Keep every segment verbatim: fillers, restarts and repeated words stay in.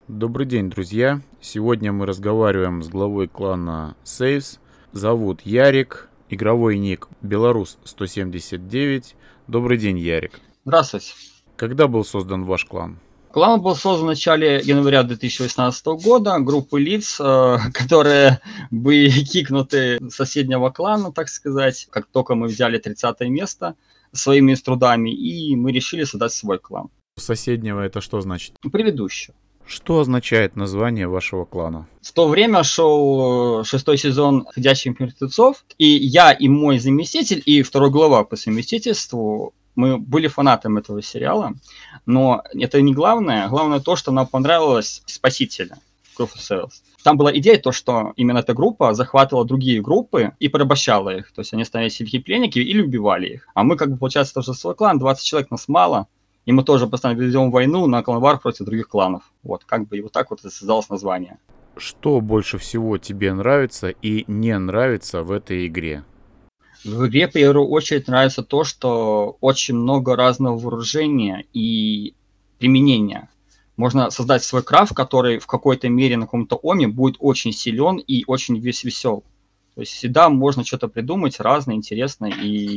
Добрый день, друзья! Сегодня мы разговариваем с главой клана Сейвс. Зовут Ярик, игровой ник Белорус сто семьдесят девять. Добрый день, Ярик. Здравствуйте. Когда был создан ваш клан? Клан был создан в начале января две тысячи восемнадцатого года группой лиц, э, которые были кикнуты с соседнего клана, так сказать, как только мы взяли тридцатое место своими трудами, и мы решили создать свой клан. Соседнего это что значит? Предыдущего. Что означает название вашего клана? В то время шел шестой сезон «Ходячих мертвецов», и я и мой заместитель, и второй глава по совместительству, мы были фанатами этого сериала, но это не главное. Главное то, что нам понравилось «Спасителя» Group of Souls. Там была идея то, что именно эта группа захватывала другие группы и порабощала их. То есть они становились сельские пленники или убивали их. А мы, как бы, получается, тоже свой клан, двадцать человек нас мало, и мы тоже постоянно ведем войну на клан-вар против других кланов. Вот, как бы, и вот так вот и создалось название. Что больше всего тебе нравится и не нравится в этой игре? В игре, в первую очередь, нравится то, что очень много разного вооружения и применения. Можно создать свой крафт, который в какой-то мере на каком-то оме будет очень силен и очень весь весел. То есть всегда можно что-то придумать разное, интересное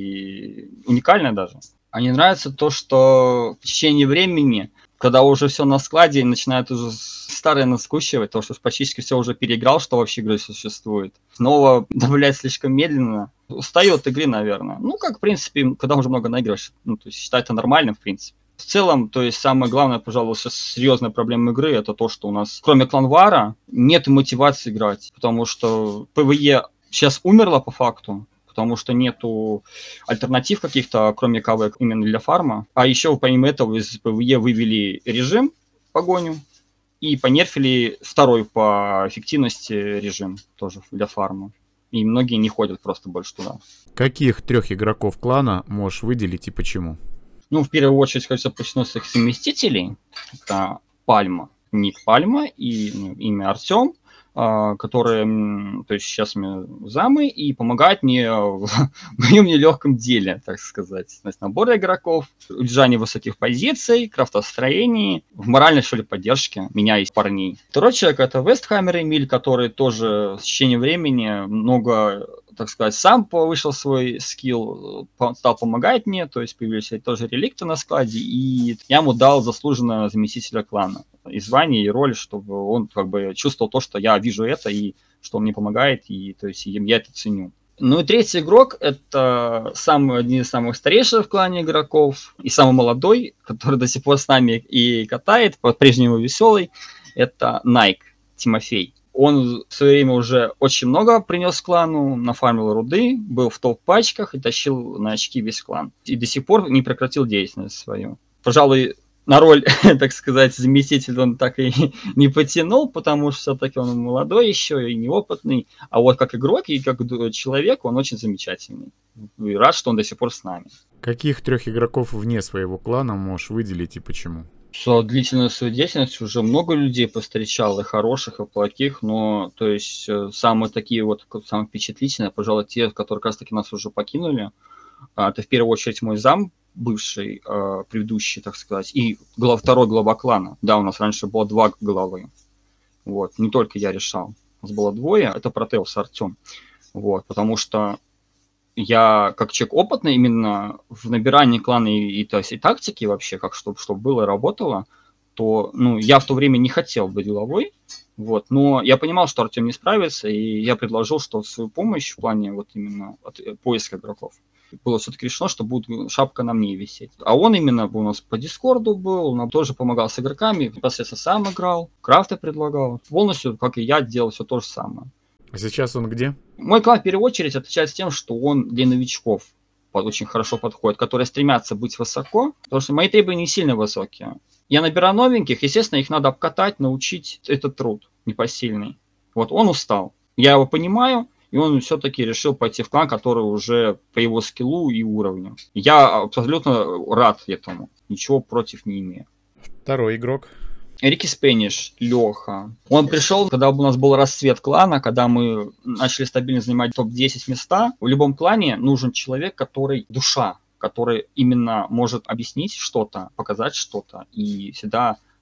и уникальное даже. А не нравится то, что в течение времени, когда уже все на складе, начинает уже старое наскучивать, то, что практически все уже переиграл, что вообще игры существует. Снова добавлять слишком медленно. Устаю от игры, наверное. Ну, как, в принципе, когда уже много наигрываешь, ну, то есть считаю это нормальным, в принципе. В целом, то есть самое главное, пожалуй, сейчас серьезная проблема игры, это то, что у нас, кроме кланвара, нет мотивации играть, потому что ПВЕ сейчас умерло по факту, потому что нету альтернатив каких-то, кроме КВ, именно для фарма. А еще помимо этого из ПВЕ вывели режим, погоню, и понерфили второй по эффективности режим, тоже для фарма. И многие не ходят просто больше туда. Каких трех игроков клана можешь выделить и почему? Ну, в первую очередь, хочется начать с их совместителей. Это Пальма, ник Пальма и ну, имя Артем, которые, то есть сейчас мне замы и помогают мне в моем нелегком деле, так сказать. То есть набор игроков, удержание высоких позиций, крафтостроении, в моральной, что ли, поддержке меня и парней. Второй человек — это Вестхаммер Эмиль, который тоже с течением времени много, так сказать, сам повышал свой скилл, стал помогать мне, то есть появились тоже реликты на складе, и я ему дал заслуженного заместителя клана. И звание, и роль, чтобы он как бы чувствовал то, что я вижу это, и что он мне помогает, и то есть я это ценю. Ну и третий игрок — это самый, один из самых старейших в клане игроков, и самый молодой, который до сих пор с нами и катает, по-прежнему веселый, это Найк Тимофей. Он в свое время уже очень много принес клану, нафармил руды, был в топ-пачках и тащил на очки весь клан. И до сих пор не прекратил деятельность свою. Пожалуй, на роль, так сказать, заместителя он так и не потянул, потому что все-таки он молодой еще и неопытный. А вот как игрок и как человек он очень замечательный. И рад, что он до сих пор с нами. Каких трех игроков вне своего клана можешь выделить и почему? За длительную свою деятельность уже много людей повстречал, и хороших, и плохих, но, то есть, самые такие вот, самые впечатлительные, пожалуй, те, которые как раз таки нас уже покинули. Это в первую очередь мой зам, бывший, э, предыдущий, так сказать, и глав, второй глава клана. Да, у нас раньше было два главы. Вот, не только я решал. У нас было двое, это Протеус, Артем. Вот, потому что я, как человек опытный, именно в набирании клана и, и, то есть, и тактики вообще, как чтобы, чтобы было и работало, то, ну, я в то время не хотел быть главой, вот, но я понимал, что Артем не справится, и я предложил, что свою помощь в плане вот именно от, поиска игроков было все-таки решено, что будет шапка на мне висеть. А он именно у нас по Дискорду был, он нам тоже помогал с игроками, непосредственно сам играл, крафты предлагал. Полностью, как и я, делал все то же самое. А сейчас он где? Мой клан в первую очередь отличается тем, что он для новичков очень хорошо подходит, которые стремятся быть высоко, потому что мои требования не сильно высокие. Я набираю новеньких, естественно, их надо обкатать, научить, это труд непосильный. Вот он устал, я его понимаю, и он все-таки решил пойти в клан, который уже по его скиллу и уровню. Я абсолютно рад этому, ничего против не имею. Второй игрок. Рики Спэниш, Леха. Он пришел, когда у нас был расцвет клана, когда мы начали стабильно занимать топ десять места. В любом клане нужен человек, который душа, который именно может объяснить что-то, показать что-то и всегда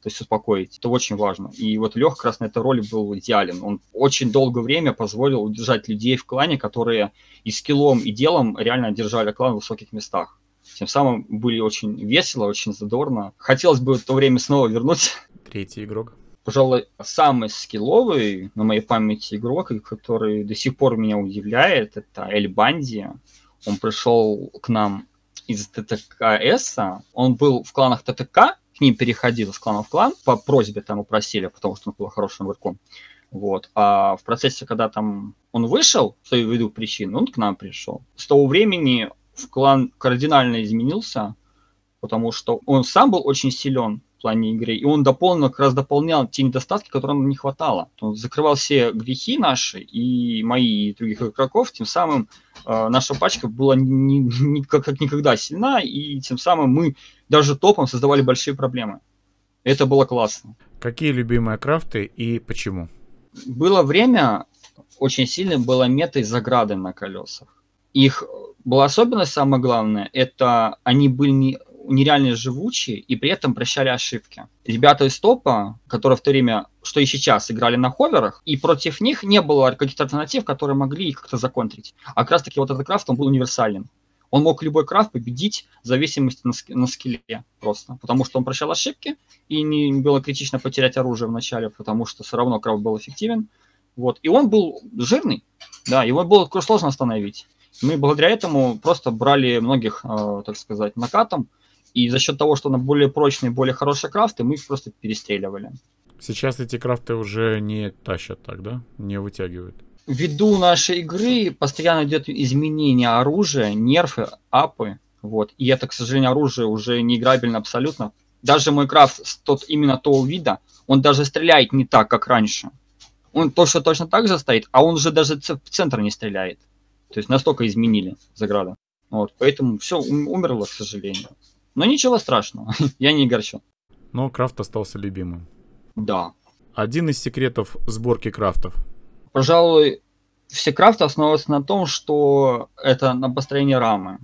то есть успокоить. Это очень важно. И вот Леха как раз на этой роли был идеален. Он очень долгое время позволил удержать людей в клане, которые и скиллом, и делом реально держали клан в высоких местах. Тем самым были очень весело, очень задорно. Хотелось бы в то время снова вернуть. Третий игрок. Пожалуй, самый скилловый на моей памяти игрок, который до сих пор меня удивляет, это Эль Банди. Он пришел к нам из ТТКС. Он был в кланах ТТК, к ним переходил из клана в клан, по просьбе там упросили, потому что он был хорошим игроком. Вот. А в процессе, когда там он вышел, в свою виду причин, он к нам пришел. С того времени в клан кардинально изменился, потому что он сам был очень силен в плане игры, и он дополнил, как раз дополнял те недостатки, которым нам не хватало. Он закрывал все грехи наши, и мои, и других игроков, тем самым э, наша пачка была ни, ни, как, как никогда сильна, и тем самым мы даже топом создавали большие проблемы. Это было классно. Какие любимые крафты и почему? Было время, очень сильно было мета заграды на колесах. Их была особенность, самое главное, это они были не, нереально живучие и при этом прощали ошибки. Ребята из топа, которые в то время, что и сейчас, играли на ховерах, и против них не было каких-то альтернатив, которые могли их как-то законтрить. А как раз таки вот этот крафт, он был универсален. Он мог любой крафт победить в зависимости на, ск- на скилле просто. Потому что он прощал ошибки, и не было критично потерять оружие в начале, потому что все равно крафт был эффективен. Вот. И он был жирный, да, его было сложно остановить. Мы благодаря этому просто брали многих, э, так сказать, накатом, и за счет того, что на более прочные, более хорошие крафты, мы их просто перестреливали. Сейчас эти крафты уже не тащат так, да? Не вытягивают. Ввиду нашей игры постоянно идет изменение оружия, нерфы, апы, вот, и это, к сожалению, оружие уже не играбельно абсолютно. Даже мой крафт, тот, именно того вида, он даже стреляет не так, как раньше. Он точно, точно так же стоит, а он уже даже в центр не стреляет. То есть настолько изменили заграды. Вот, поэтому все умерло, к сожалению. Но ничего страшного, я не огорчен. Но крафт остался любимым. Да. Один из секретов сборки крафтов. Пожалуй, все крафты основываются на том, что это на построение рамы.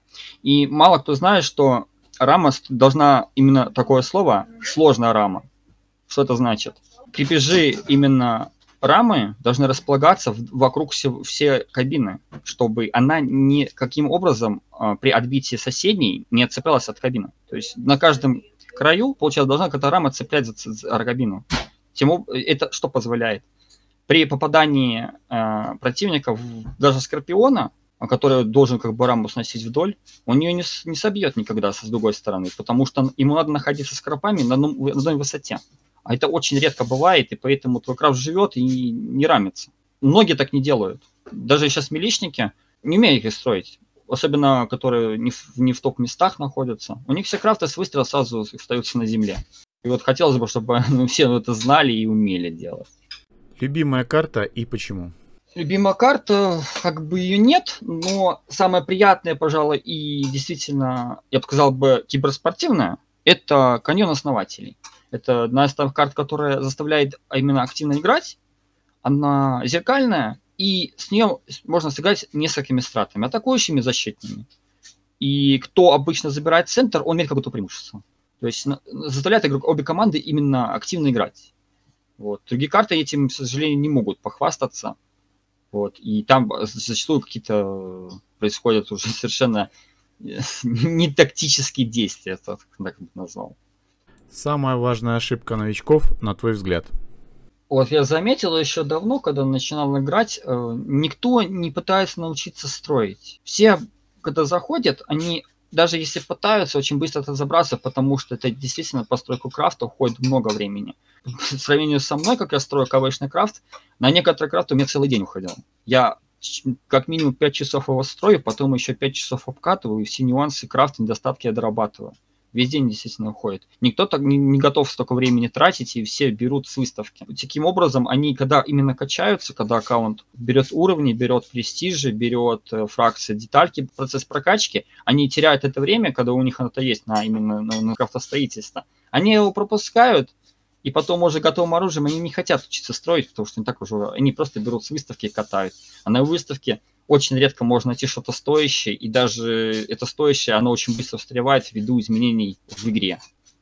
И мало кто знает, что рама должна, именно такое слово, сложная рама. Что это значит? Крепежи именно рамы должны располагаться вокруг все, все кабины, чтобы она никаким образом э, при отбитии соседней не отцеплялась от кабины. То есть на каждом краю, получается, должна какая-то рама цеплять за, за кабину. Тем, это что позволяет? При попадании э, противника, в, даже Скорпиона, который должен как бы раму сносить вдоль, он ее не, не собьет никогда с другой стороны, потому что ему надо находиться с кропами на одном, на одной высоте. А это очень редко бывает, и поэтому твой крафт живет и не рамится. Многие так не делают. Даже сейчас миличники не умеют их строить. Особенно, которые не в, не в топ-местах находятся. У них все крафты с выстрела сразу остаются на земле. И вот хотелось бы, чтобы ну, все это знали и умели делать. Любимая карта и почему? Любимая карта, как бы ее нет, но самое приятное, пожалуй, и действительно, я бы сказал бы, киберспортивная, это каньон основателей. Это одна из тех карт, которая заставляет именно активно играть. Она зеркальная, и с нее можно сыграть несколькими стратами, атакующими, защитными. И кто обычно забирает центр, он имеет какое-то преимущество. То есть заставляет игрок, обе команды именно активно играть. Вот. Другие карты этим, к сожалению, не могут похвастаться. Вот. И там зачастую какие-то происходят уже совершенно не тактические действия, так бы назвал. Самая важная ошибка новичков, на твой взгляд? Вот я заметил еще давно, когда начинал играть, никто не пытается научиться строить. Все, когда заходят, они, даже если пытаются, очень быстро это забраться, потому что это действительно постройку крафта уходит много времени. В сравнении со мной, как я строю КВшный крафт, на некоторые крафты у меня целый день уходил. Я как минимум пять часов его строю, потом еще пять часов обкатываю, и все нюансы крафта, недостатки я дорабатываю. Весь день действительно уходит. Никто так не, не готов столько времени тратить, и все берут с выставки. Таким образом, они, когда именно качаются, когда аккаунт берет уровни, берет престижи, берет э, фракции, детальки, процесс прокачки, они теряют это время, когда у них это есть на именно на, на крафтостроительство. Они его пропускают, и потом уже готовым оружием они не хотят учиться строить, потому что они так уже, они просто берут с выставки и катают. А на выставке очень редко можно найти что-то стоящее, и даже это стоящее, оно очень быстро встревает ввиду изменений в игре.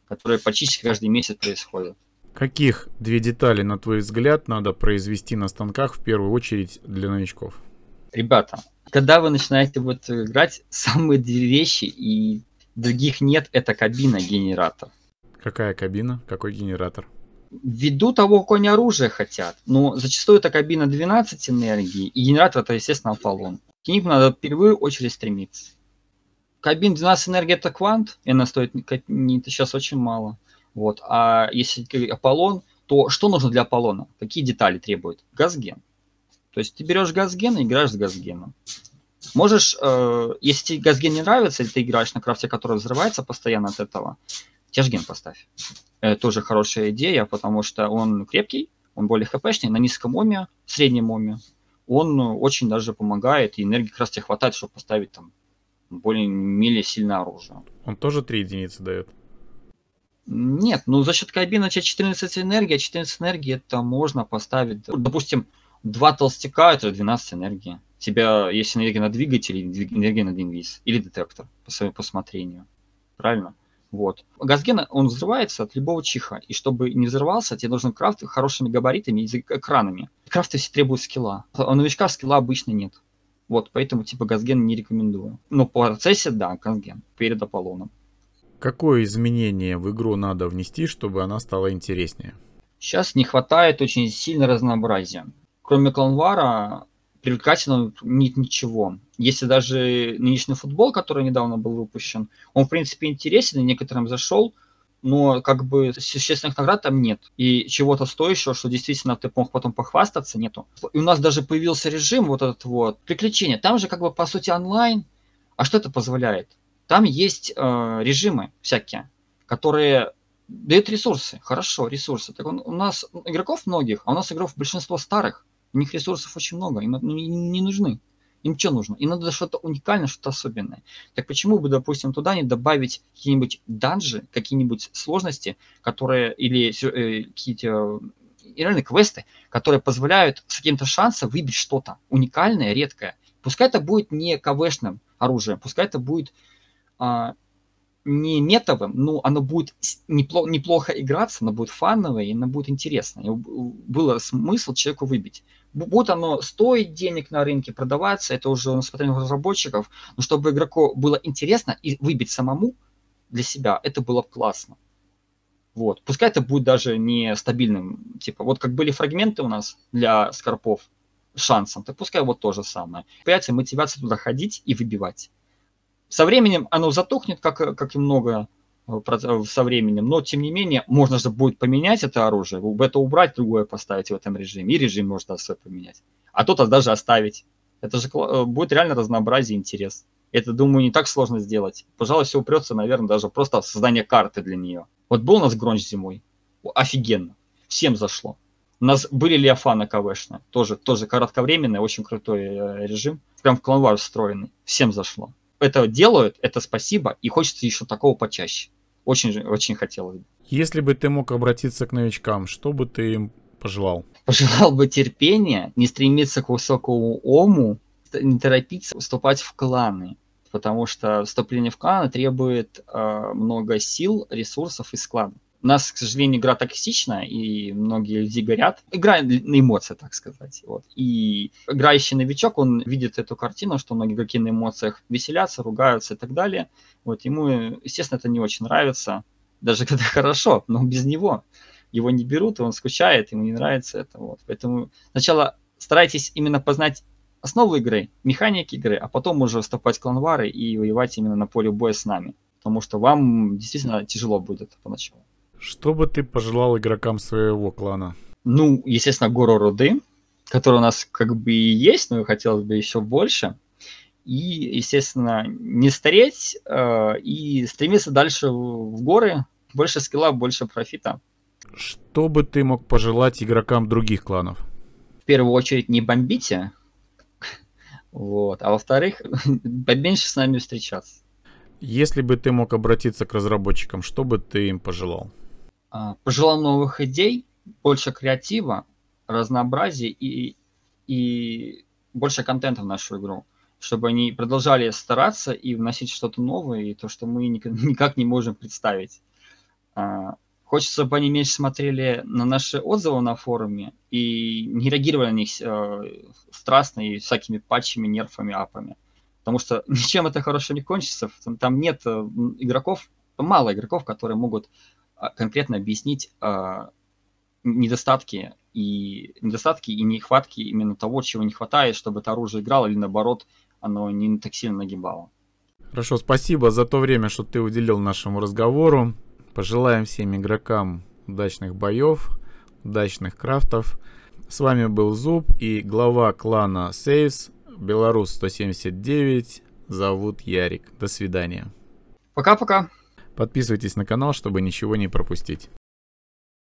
которые почти каждый месяц происходят. Каких две детали, на твой взгляд, надо произвести на станках в первую очередь для новичков? Ребята, когда вы начинаете вот играть, самые две вещи, и других нет, это кабина, генератор. Какая кабина? Какой генератор? Ввиду того, какое они оружие хотят, но зачастую это кабина двенадцать энергии, и генератор это, естественно, Аполлон. К ним надо в первую очередь стремиться. Кабин двенадцать энергии это квант, и она стоит сейчас очень мало. Вот. А если Аполлон, то что нужно для Аполлона? Какие детали требует? Газген. То есть ты берешь газген и играешь с газгеном. Можешь, э, если тебе газген не нравится, или ты играешь на крафте, который взрывается постоянно от этого, тяжген поставь. Это тоже хорошая идея, потому что он крепкий, он более хпшный, на низком оме, среднем оме. Он очень даже помогает, и энергии как раз тебе хватает, чтобы поставить там более-менее сильное оружие. Он тоже три единицы дает? Нет, ну за счет кабины у тебя четырнадцать энергии, а четырнадцать энергии это можно поставить, допустим, два толстяка это двенадцать энергии. У тебя есть энергия на двигатель, энергия на инвиз или детектор по своему посмотрению. Правильно? Вот. Газген, он взрывается от любого чиха. И чтобы не взорвался, тебе нужен крафт хорошими габаритами и экранами. Крафты все требуют скилла. А у новичка скилла обычно нет. Вот, поэтому типа газген не рекомендую. Но по процессе, да, газген перед Аполлоном. Какое изменение в игру надо внести, чтобы она стала интереснее? Сейчас не хватает очень сильно разнообразия. Кроме кланвара, привлекательного нет ничего. Если даже нынешний футбол, который недавно был выпущен, он, в принципе, интересен, и некоторым зашел, но как бы существенных наград там нет. И чего-то стоящего, что действительно ты мог потом похвастаться, нету. И у нас даже появился режим вот этот вот приключения. Там же как бы по сути онлайн. А что это позволяет? Там есть э, режимы всякие, которые дают ресурсы. Хорошо, ресурсы. Так он, у нас игроков многих, а у нас игроков большинство старых. У них ресурсов очень много, им не, не нужны. Им что нужно? Им надо что-то уникальное, что-то особенное. Так почему бы, допустим, туда не добавить какие-нибудь данжи, какие-нибудь сложности, которые или э, какие-то реальные квесты, которые позволяют с каким-то шансом выбить что-то уникальное, редкое. Пускай это будет не КВшным оружием, пускай это будет а, не метовым, но оно будет неплохо, неплохо играться, оно будет фановое, и оно будет интересно. И было смысл человеку выбить. Будет оно стоить денег на рынке, продаваться, это уже на усмотрение разработчиков, но чтобы игроку было интересно и выбить самому для себя, это было бы классно. Вот. Пускай это будет даже не стабильным, типа, вот как были фрагменты у нас для скорпов с шансом, так пускай вот то же самое. Появится мотивация туда ходить и выбивать. Со временем оно затухнет, как, как и много со временем, но тем не менее можно же будет поменять это оружие, это убрать, другое поставить в этом режиме, и режим можно свой поменять. А то-то даже оставить. Это же будет реально разнообразие и интерес. Это, думаю, не так сложно сделать. Пожалуй, все упрется, наверное, даже просто в создание карты для нее. Вот был у нас гронч зимой. Офигенно. Всем зашло. У нас были Леофаны КВшные. Тоже, тоже коротковременный, очень крутой режим. Прям в кланвар встроенный. Всем зашло. Это делают, это спасибо, и хочется еще такого почаще. Очень, очень хотелось бы. Если бы ты мог обратиться к новичкам, что бы ты им пожелал? Пожелал бы терпения, не стремиться к высокому ому, не торопиться вступать в кланы, потому что вступление в кланы требует э, много сил, ресурсов и складов. У нас, к сожалению, игра токсичная, и многие люди горят. Игра на эмоции, так сказать. Вот. И играющий новичок, он видит эту картину, что многие игроки на эмоциях веселятся, ругаются и так далее. Вот. Ему, естественно, это не очень нравится, даже когда хорошо, но без него. Его не берут, и он скучает, ему не нравится это. Вот. Поэтому сначала старайтесь именно познать основы игры, механики игры, а потом уже вступать в кланвары и воевать именно на поле боя с нами. Потому что вам действительно тяжело будет поначалу. Что бы ты пожелал игрокам своего клана? Ну, естественно, гору руды, которая у нас как бы и есть, но хотелось бы еще больше. И, естественно, не стареть э, и стремиться дальше в горы. Больше скилла, больше профита. Что бы ты мог пожелать игрокам других кланов? В первую очередь, не бомбите. Вот. А во-вторых, поменьше с нами встречаться. Если бы ты мог обратиться к разработчикам, что бы ты им пожелал? Пожелал новых идей, больше креатива, разнообразия и, и больше контента в нашу игру. Чтобы они продолжали стараться и вносить что-то новое, и то, что мы никак не можем представить. А, Хочется, чтобы они меньше смотрели на наши отзывы на форуме и не реагировали на них э, страстно и всякими патчами, нерфами, апами. Потому что ничем это хорошо не кончится. Там, там нет э, игроков, мало игроков, которые могут а, конкретно объяснить а, недостатки и недостатки и нехватки именно того, чего не хватает, чтобы это оружие играло, или наоборот, оно не так сильно нагибало. Хорошо, спасибо за то время, что ты уделил нашему разговору. Пожелаем всем игрокам удачных боев, удачных крафтов. С вами был Зуб и глава клана Saves, Белорус сто семьдесят девять, зовут Ярик. До свидания. Пока-пока. Подписывайтесь на канал, чтобы ничего не пропустить.